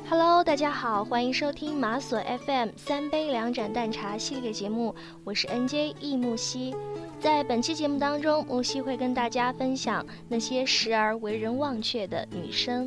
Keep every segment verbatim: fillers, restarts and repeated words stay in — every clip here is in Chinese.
Hello， 大家好，欢迎收听马索 F M 三杯两盏淡茶系列节目，我是 N J 易木希。在本期节目当中，木希会跟大家分享那些时而为人忘却的女生。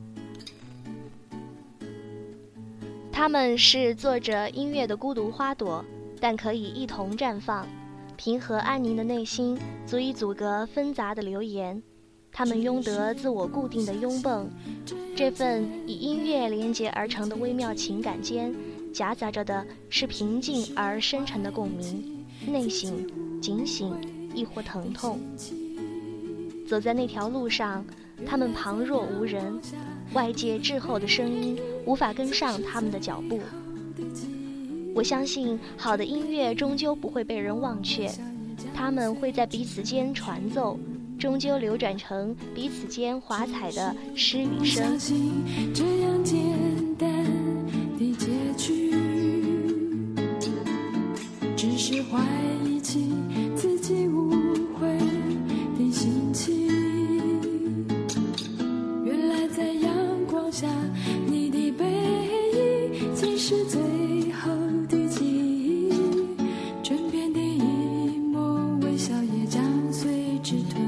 她们是做着音乐的孤独花朵，但可以一同绽放。平和安宁的内心足以阻隔纷杂的流言。他们拥得自我固定的拥蹦，这份以音乐连结而成的微妙情感间，夹杂着的是平静而深沉的共鸣，内省、警醒，亦或疼痛。走在那条路上，他们旁若无人，外界滞后的声音无法跟上他们的脚步。我相信，好的音乐终究不会被人忘却，他们会在彼此间传奏。终究流转成彼此间华彩的诗与声。 这样简单的结局，只是怀疑起自己误会的心情。原来在阳光下，你的背影竟是最后的记忆。枕边的一抹微笑也将随之吞。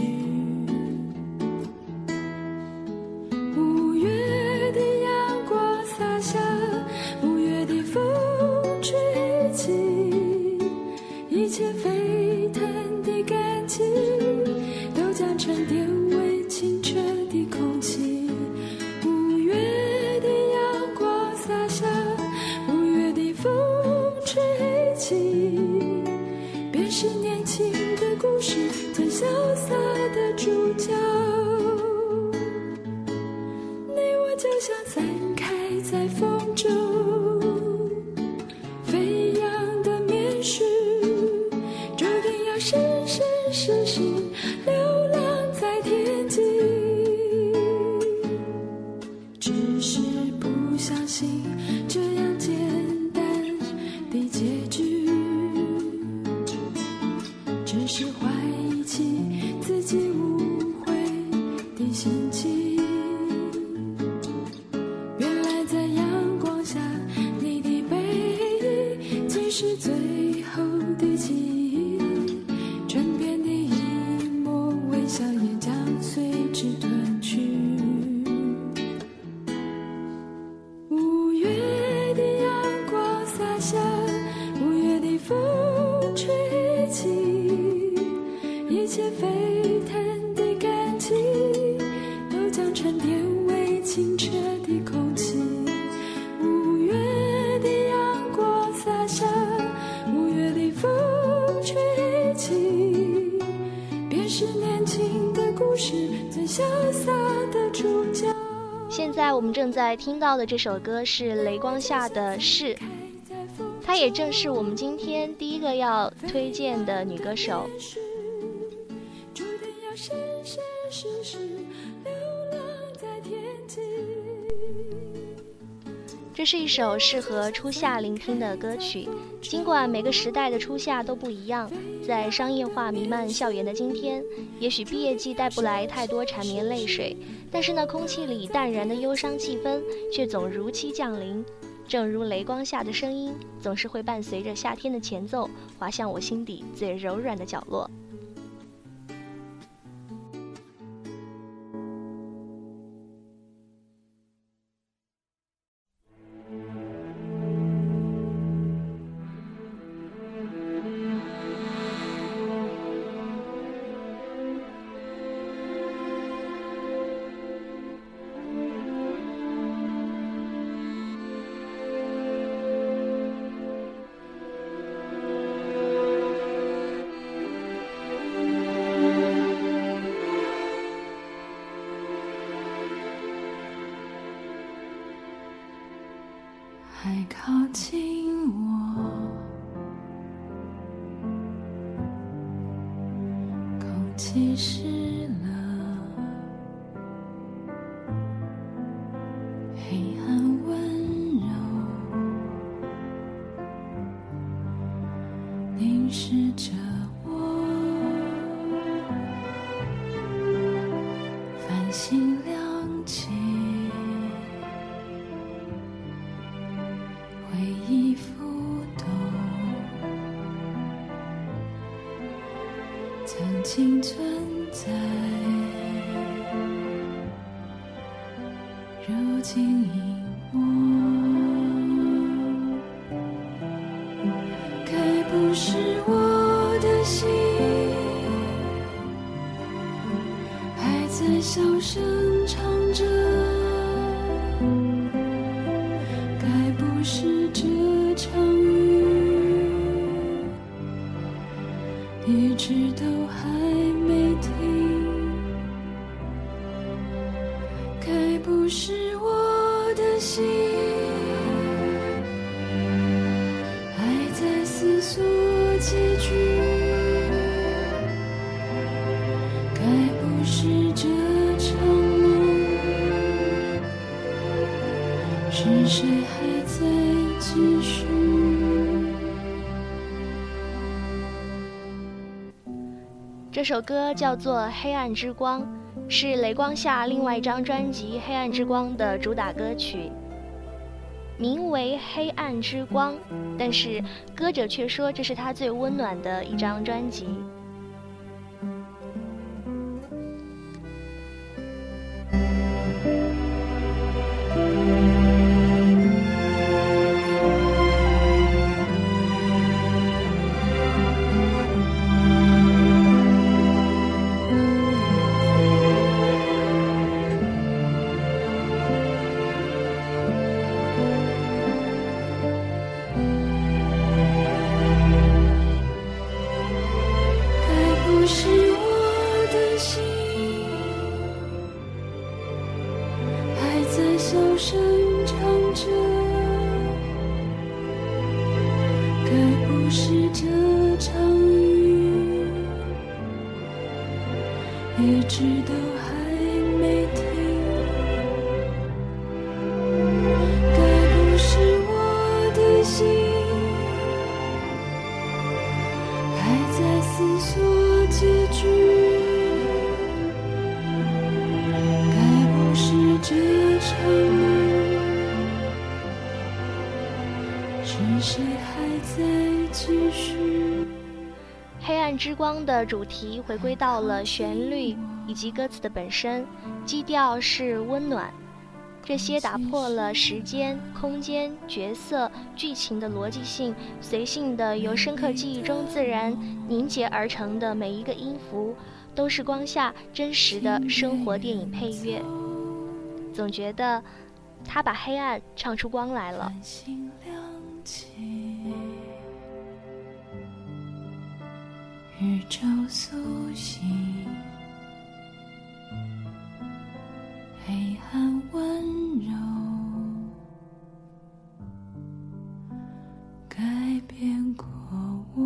现在我们正在听到的这首歌是雷光下的事，她也正是我们今天第一个要推荐的女歌手。这是一首适合初夏聆听的歌曲，尽管每个时代的初夏都不一样，在商业化弥漫校园的今天，也许毕业季带不来太多缠绵泪水，但是那空气里淡然的忧伤气氛却总如期降临。正如雷光下的声音，总是会伴随着夏天的前奏，滑向我心底最柔软的角落。 还靠近我，空气湿了，黑暗温柔凝视着我，繁星亮起， 经存在，如今已没。该不是我的心还在小声唱着，该不是这场雨一直都还没停，该不是我的心还在思索结局，该不是这场梦是谁还在继续。 这首歌叫做《黑暗之光》，是雷光下另外一张专辑《黑暗之光》的主打歌曲，名为《黑暗之光》，但是歌者却说这是他最温暖的一张专辑。 一直都还没停，该不是我的心还在思索结局，该不是这场梦是谁还在继续。 黑暗之光的主题回归到了旋律以及歌词的本身，基调是温暖，这些打破了时间、空间、角色、剧情的逻辑性，随性的由深刻记忆中自然凝结而成的每一个音符，都是光下真实的生活电影配乐。总觉得他把黑暗唱出光来了。 日昼苏醒，黑暗温柔，改变过我。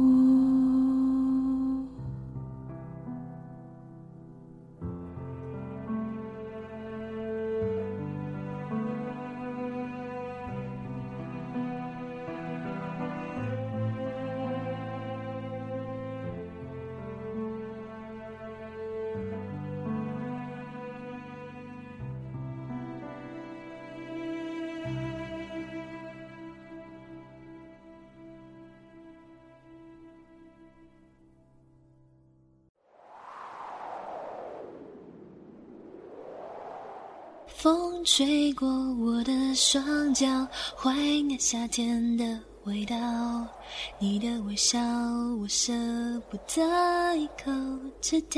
风吹过我的双脚，怀念夏天的味道，你的微笑我舍不得一口吃掉。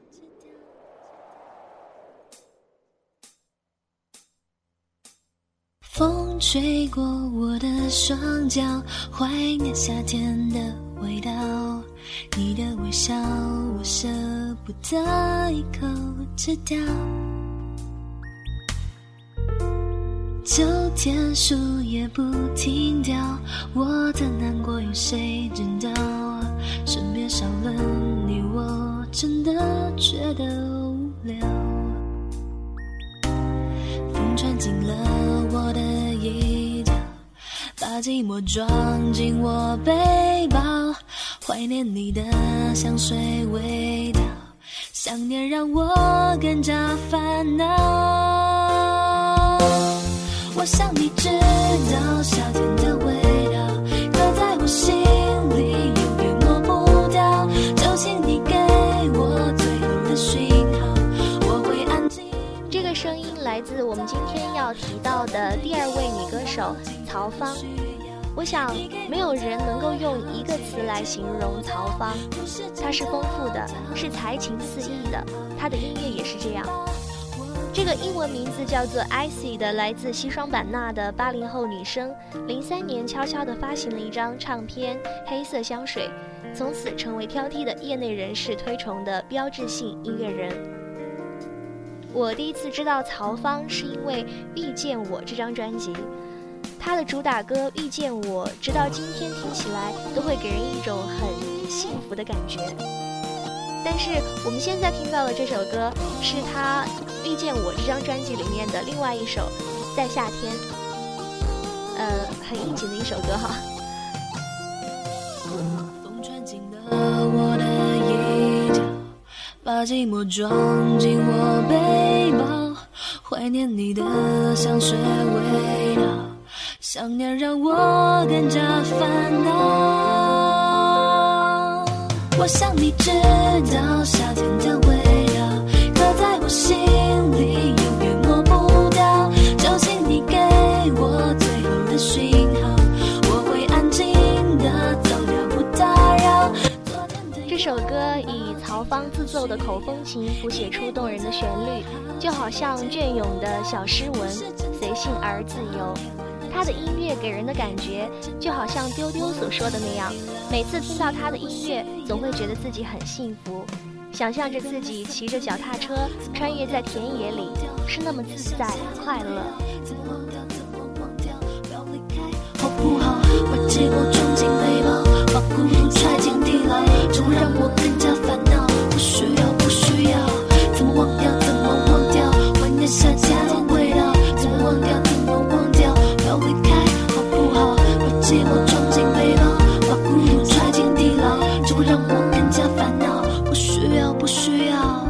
风吹过我的双脚，怀念夏天的味道，你的微笑我舍不得一口吃掉。秋天树叶不停掉，我的难过有谁知道？身边少了你，我真的觉得无聊。风穿进了我的衣角，把寂寞装进我背包，怀念你的香水味道，想念让我更加烦恼。我想你知道夏天的味道，刻在我心里永远抹不掉，就请你给我自我们今天要提到的第二位女歌手曹芳。我想没有人能够用一个词来形容曹芳，她是丰富的，是才情四溢的，她的音乐也是这样。这个英文名字叫做 Icy 的来自西双版纳的八零后女生，零三年悄悄地发行了一张唱片《黑色香水》，从此成为挑剔的业内人士推崇的标志性音乐人。我第一次知道曹芳是因为《遇见我》这张专辑，她的主打歌《遇见我》直到今天听起来都会给人一种很幸福的感觉。但是我们现在听到的这首歌是她《遇见我》这张专辑里面的另外一首《在夏天》，呃，很应景的一首歌哈。 风穿进了我的衣角，把寂寞装进我背包，怀念你的香水味道，想念让我更加烦恼。我想你知道夏天的味道，刻在我心里永远抹不掉，就请你给我最后的讯号，我会安静的走掉不打扰。 这首歌以曹芳自奏的口风琴谱写出动人的旋律，就好像隽永的小诗文，随性而自由。他的音乐给人的感觉就好像丢丢所说的那样，每次听到他的音乐总会觉得自己很幸福，想象着自己骑着脚踏车穿越在田野里，是那么自在快乐。 好不好？把寂寞装进背包，把孤独揣进地牢，只会让我更加烦恼。不需要，不需要，怎么忘掉？怎么忘掉？怀念夏天的味道，怎么忘掉？怎么忘掉？不要离开，好不好？把寂寞装进背包，把孤独揣进地牢，只会让我更加烦恼。不需要，不需要。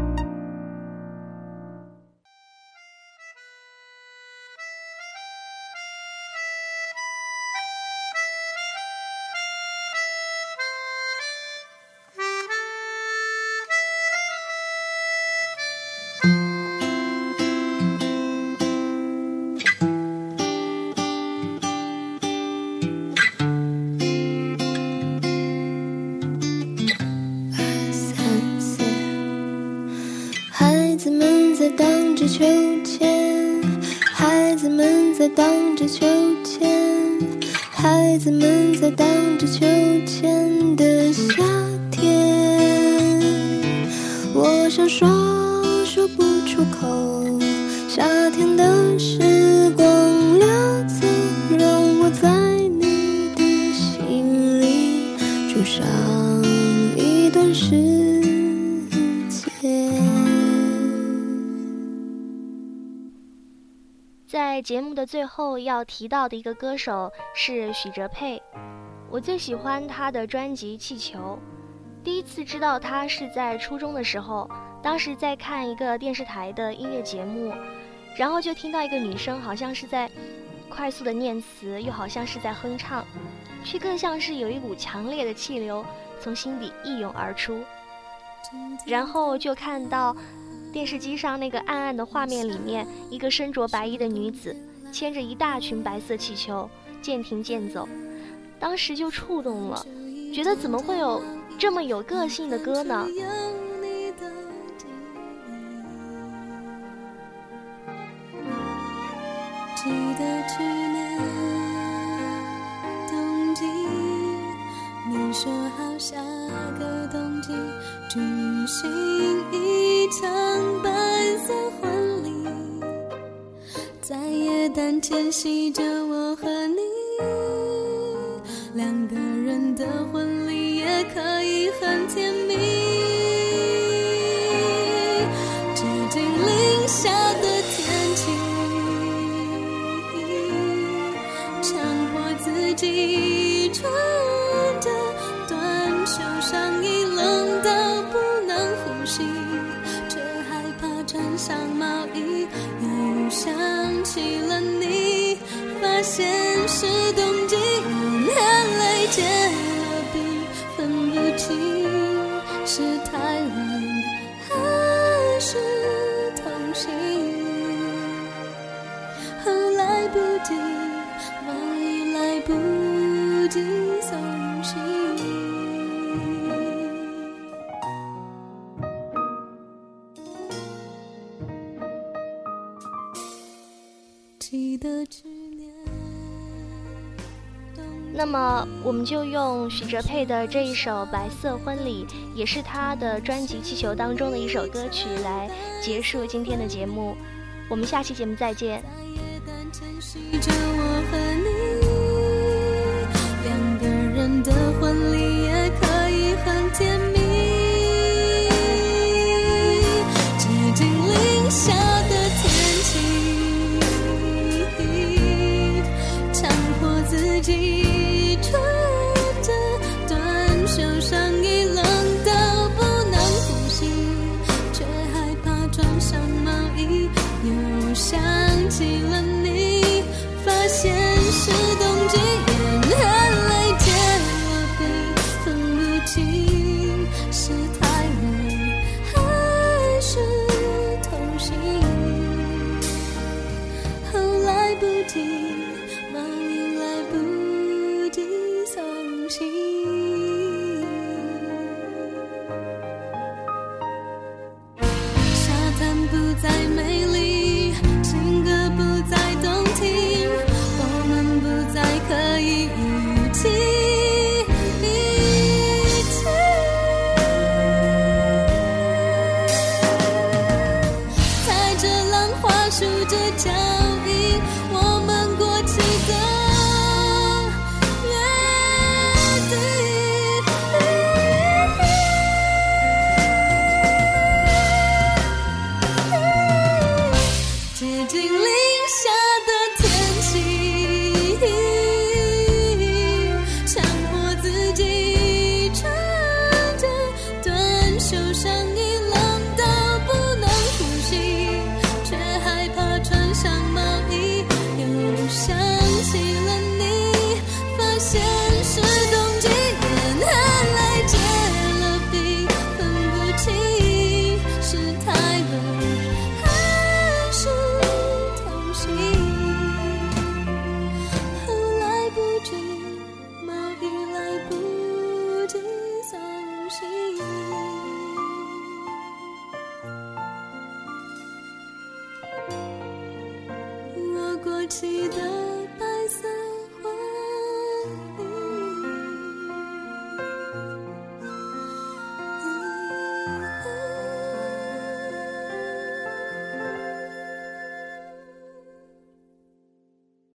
孩子们在荡着秋千，孩子们在荡着秋千，孩子们在荡着秋千的夏天。我想说说不出口，夏天的时光溜走，让我在你的心里住上一段时间。 在节目的最后要提到的一个歌手是许哲佩，我最喜欢他的专辑《气球》。第一次知道他是在初中的时候，当时在看一个电视台的音乐节目，然后就听到一个女生好像是在快速的念词，又好像是在哼唱，却更像是有一股强烈的气流从心底一涌而出。然后就看到电视机上那个暗暗的画面里面，一个身着白衣的女子牵着一大群白色气球渐停渐走，当时就触动了，觉得怎么会有这么有个性的歌呢？ 记得去年冬季，你说好下个冬季举行一场白色婚礼，在耶诞天洗着我和你，两个人的婚礼也可以很甜蜜。接近零下的天气，强迫自己穿着短袖上衣，冷到不能呼吸，却害怕穿上毛衣，又想起了你，发现是冬季，眼泪结了冰，分不清是太冷还是痛心。 起的执念。 那么我们就用许哲佩的这一首《白色婚礼》，也是他的专辑《气球》当中的一首歌曲来结束今天的节目。我们下期节目再见。 着我和你，两个人的婚礼也可以很甜蜜。接近零下的天气，强迫自己穿着短袖上衣，冷到不能呼吸，却害怕穿上毛衣，又想起了你，发现是冬季，眼含泪结了冰，分不清是太冷还是痛心。后来不及，毛衣来不及送洗。沙滩不再美丽，情歌不再动听，我们不再可以一起一起。踩着浪花，数着脚印，我们过期的约定。接近零下的天气，强迫自己穿着短袖上衣，冷到不能呼吸，却害怕穿上毛衣，又想起了你，发现是冬季，眼含泪结了冰，分不清是太冷还是痛心。后来不及，毛衣来不及送洗。我过期的